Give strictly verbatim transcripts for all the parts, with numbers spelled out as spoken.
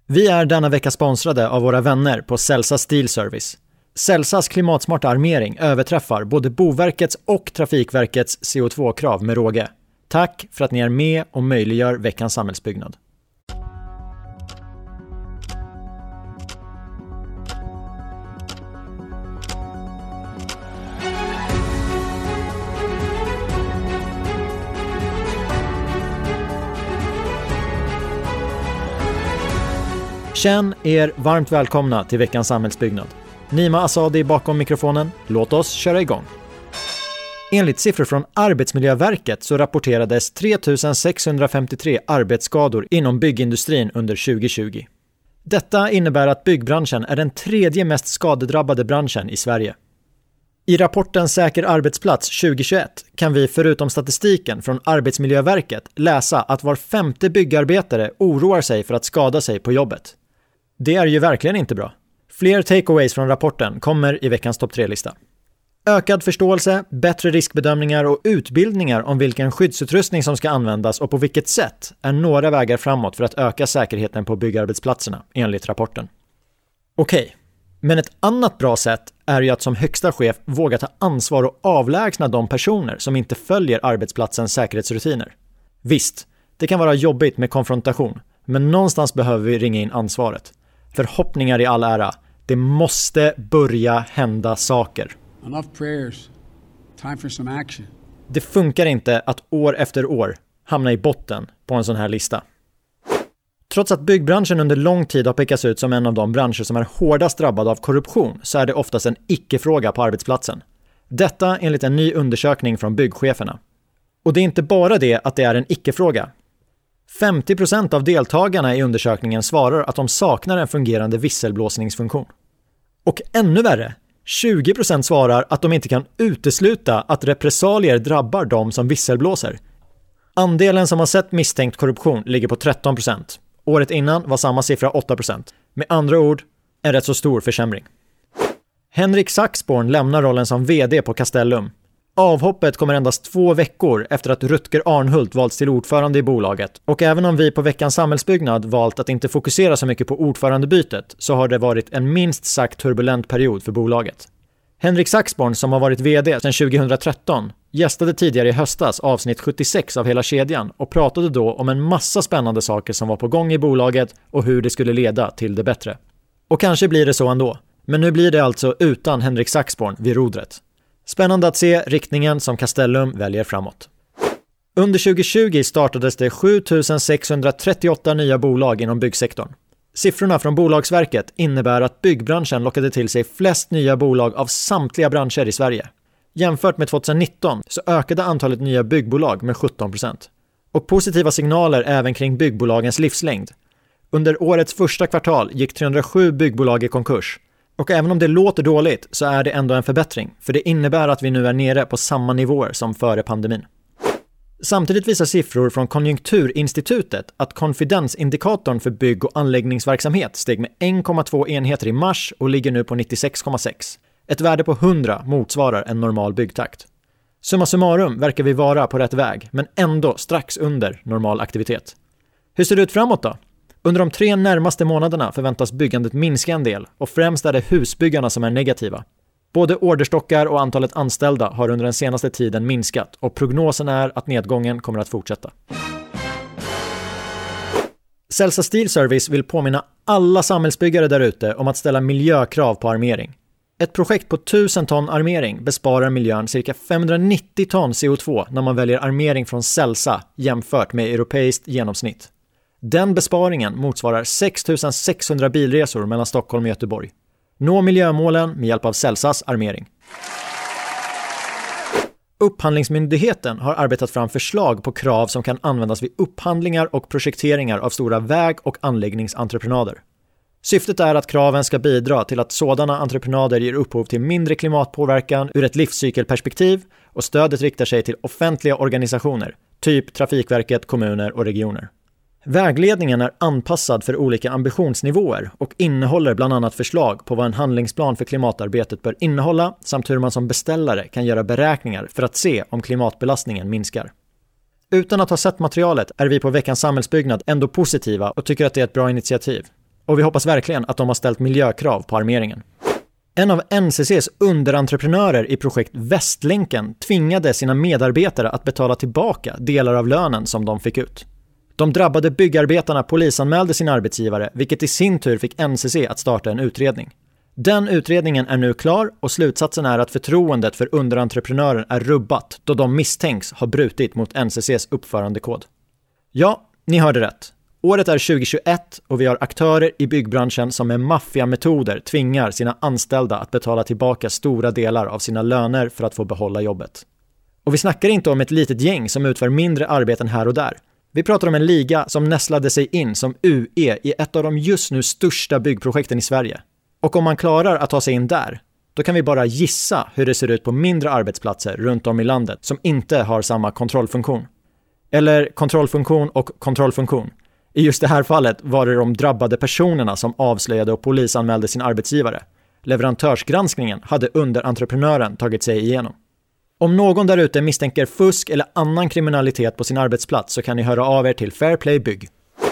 Vi är denna vecka sponsrade av våra vänner på Celsa Steel Service. Celsas klimatsmarta armering överträffar både Boverkets och Trafikverkets C O två-krav med råge. Tack för att ni är med och möjliggör veckans samhällsbyggnad. Känn er varmt välkomna till veckans samhällsbyggnad. Nima Asadi bakom mikrofonen. Låt oss köra igång. Enligt siffror från Arbetsmiljöverket så rapporterades tre tusen sexhundrafemtiotre arbetsskador inom byggindustrin under tjugo tjugo. Detta innebär att byggbranschen är den tredje mest skadedrabbade branschen i Sverige. I rapporten Säker arbetsplats tjugo tjugoett kan vi förutom statistiken från Arbetsmiljöverket läsa att var femte byggarbetare oroar sig för att skada sig på jobbet. Det är ju verkligen inte bra. Fler takeaways från rapporten kommer i veckans topp tre-lista. Ökad förståelse, bättre riskbedömningar och utbildningar om vilken skyddsutrustning som ska användas och på vilket sätt är några vägar framåt för att öka säkerheten på byggarbetsplatserna, enligt rapporten. Okej, men ett annat bra sätt är ju att som högsta chef våga ta ansvar och avlägsna de personer som inte följer arbetsplatsens säkerhetsrutiner. Visst, det kan vara jobbigt med konfrontation, men någonstans behöver vi ringa in ansvaret. Förhoppningar i all ära, det måste börja hända saker. Enough prayers. Time for some action. Det funkar inte att år efter år hamna i botten på en sån här lista. Trots att byggbranschen under lång tid har pekats ut som en av de branscher som är hårdast drabbad av korruption så är det oftast en icke-fråga på arbetsplatsen. Detta enligt en ny undersökning från byggcheferna. Och det är inte bara det att det är en icke-fråga. femtio procent av deltagarna i undersökningen svarar att de saknar en fungerande visselblåsningsfunktion. Och ännu värre, tjugo procent svarar att de inte kan utesluta att repressalier drabbar dem som visselblåser. Andelen som har sett misstänkt korruption ligger på tretton procent. Året innan var samma siffra åtta procent. Med andra ord, en rätt så stor försämring. Henrik Saxborn lämnar rollen som vd på Castellum. Avhoppet kommer endast två veckor efter att Rutger Arnhult valts till ordförande i bolaget. Och även om vi på veckans samhällsbyggnad valt att inte fokusera så mycket på ordförandebytet så har det varit en minst sagt turbulent period för bolaget. Henrik Saxborn, som har varit vd sedan tjugohundratretton, gästade tidigare i höstas avsnitt sjuttiosex av Hela kedjan och pratade då om en massa spännande saker som var på gång i bolaget och hur det skulle leda till det bättre. Och kanske blir det så ändå, men nu blir det alltså utan Henrik Saxborn vid rodret. Spännande att se riktningen som Castellum väljer framåt. Under tjugo tjugo startades det sju tusen sexhundratrettioåtta nya bolag inom byggsektorn. Siffrorna från Bolagsverket innebär att byggbranschen lockade till sig flest nya bolag av samtliga branscher i Sverige. Jämfört med tjugonitton så ökade antalet nya byggbolag med sjutton procent. Och positiva signaler även kring byggbolagens livslängd. Under årets första kvartal gick trehundrasju byggbolag i konkurs. Och även om det låter dåligt så är det ändå en förbättring, för det innebär att vi nu är nere på samma nivåer som före pandemin. Samtidigt visar siffror från Konjunkturinstitutet att konfidensindikatorn för bygg- och anläggningsverksamhet steg med en komma två enheter i mars och ligger nu på nittiosex komma sex. Ett värde på hundra motsvarar en normal byggtakt. Summa summarum verkar vi vara på rätt väg, men ändå strax under normal aktivitet. Hur ser det ut framåt då? Under de tre närmaste månaderna förväntas byggandet minska en del och främst är det husbyggarna som är negativa. Både orderstockar och antalet anställda har under den senaste tiden minskat och prognosen är att nedgången kommer att fortsätta. Celsa Steel Service vill påminna alla samhällsbyggare där ute om att ställa miljökrav på armering. Ett projekt på tusen ton armering besparar miljön cirka femhundranittio ton C O två när man väljer armering från Celsa jämfört med europeiskt genomsnitt. Den besparingen motsvarar sex tusen sexhundra bilresor mellan Stockholm och Göteborg. Nå miljömålen med hjälp av Celsas armering. Upphandlingsmyndigheten har arbetat fram förslag på krav som kan användas vid upphandlingar och projekteringar av stora väg- och anläggningsentreprenader. Syftet är att kraven ska bidra till att sådana entreprenader ger upphov till mindre klimatpåverkan ur ett livscykelperspektiv och stödet riktar sig till offentliga organisationer, typ Trafikverket, kommuner och regioner. Vägledningen är anpassad för olika ambitionsnivåer och innehåller bland annat förslag på vad en handlingsplan för klimatarbetet bör innehålla samt hur man som beställare kan göra beräkningar för att se om klimatbelastningen minskar. Utan att ha sett materialet är vi på veckans samhällsbyggnad ändå positiva och tycker att det är ett bra initiativ. och vi hoppas verkligen att de har ställt miljökrav på armeringen. En av N C C:s underentreprenörer i projekt Västlänken tvingade sina medarbetare att betala tillbaka delar av lönen som de fick ut. De drabbade byggarbetarna polisanmälde sin arbetsgivare, vilket i sin tur fick N C C att starta en utredning. Den utredningen är nu klar och slutsatsen är att förtroendet för underentreprenören är rubbat då de misstänks ha brutit mot N C C:s uppförandekod. Ja, ni hörde rätt. Året är tjugohundratjugoett och vi har aktörer i byggbranschen som med maffiametoder tvingar sina anställda att betala tillbaka stora delar av sina löner för att få behålla jobbet. Och vi snackar inte om ett litet gäng som utför mindre arbeten här och där. Vi pratar om en liga som nästlade sig in som U E i ett av de just nu största byggprojekten i Sverige. Och om man klarar att ta sig in där, då kan vi bara gissa hur det ser ut på mindre arbetsplatser runt om i landet som inte har samma kontrollfunktion. Eller kontrollfunktion och kontrollfunktion. I just det här fallet var det de drabbade personerna som avslöjade och polisanmälde sin arbetsgivare. Leverantörsgranskningen hade underentreprenören tagit sig igenom. Om någon där ute misstänker fusk eller annan kriminalitet på sin arbetsplats så kan ni höra av er till Fairplay Bygg.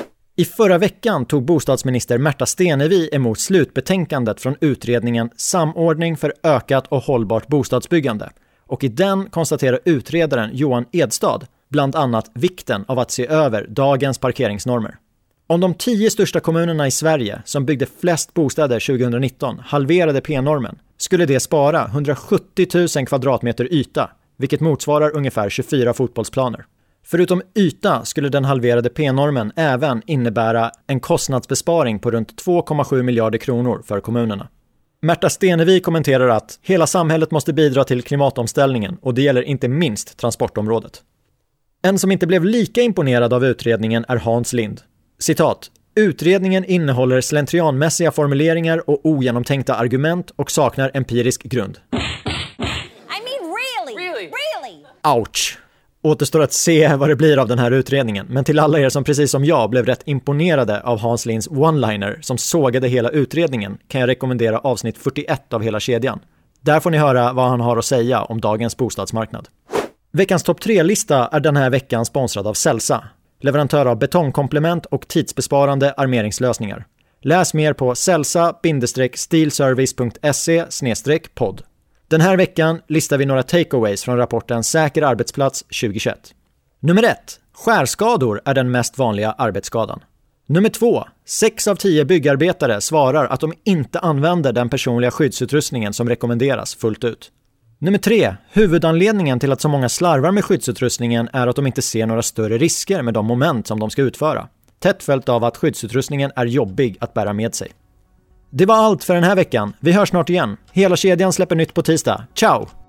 I förra veckan tog bostadsminister Märta Stenevi emot slutbetänkandet från utredningen Samordning för ökat och hållbart bostadsbyggande. Och i den konstaterar utredaren Johan Edstad bland annat vikten av att se över dagens parkeringsnormer. Om de tio största kommunerna i Sverige som byggde flest bostäder tjugonitton halverade P-normen skulle det spara hundrasjuttio tusen kvadratmeter yta, vilket motsvarar ungefär tjugofyra fotbollsplaner. Förutom yta skulle den halverade P-normen även innebära en kostnadsbesparing på runt två komma sju miljarder kronor för kommunerna. Märta Stenevi kommenterar att hela samhället måste bidra till klimatomställningen och det gäller inte minst transportområdet. En som inte blev lika imponerad av utredningen är Hans Lind. Citat: utredningen innehåller slentrianmässiga formuleringar och ogenomtänkta argument och saknar empirisk grund. I mean really, really, really. Ouch! Återstår att se vad det blir av den här utredningen, men till alla er som precis som jag blev rätt imponerade av Hans Linds one-liner som sågade hela utredningen kan jag rekommendera avsnitt fyrtioett av hela kedjan. Där får ni höra vad han har att säga om dagens bostadsmarknad. Veckans topp tre-lista är den här veckan sponsrad av Celsa, leverantör av betongkomplement och tidsbesparande armeringslösningar. Läs mer på celsa steelservice punkt se slash podd. Den här veckan listar vi några takeaways från rapporten Säker arbetsplats tjugohundratjugoett. Nummer ett. Skärskador är den mest vanliga arbetsskadan. Nummer två. sex av tio byggarbetare svarar att de inte använder den personliga skyddsutrustningen som rekommenderas fullt ut. Nummer tre. Huvudanledningen till att så många slarvar med skyddsutrustningen är att de inte ser några större risker med de moment som de ska utföra. Tätt följt av att skyddsutrustningen är jobbig att bära med sig. Det var allt för den här veckan. Vi hörs snart igen. Hela kedjan släpper nytt på tisdag. Ciao!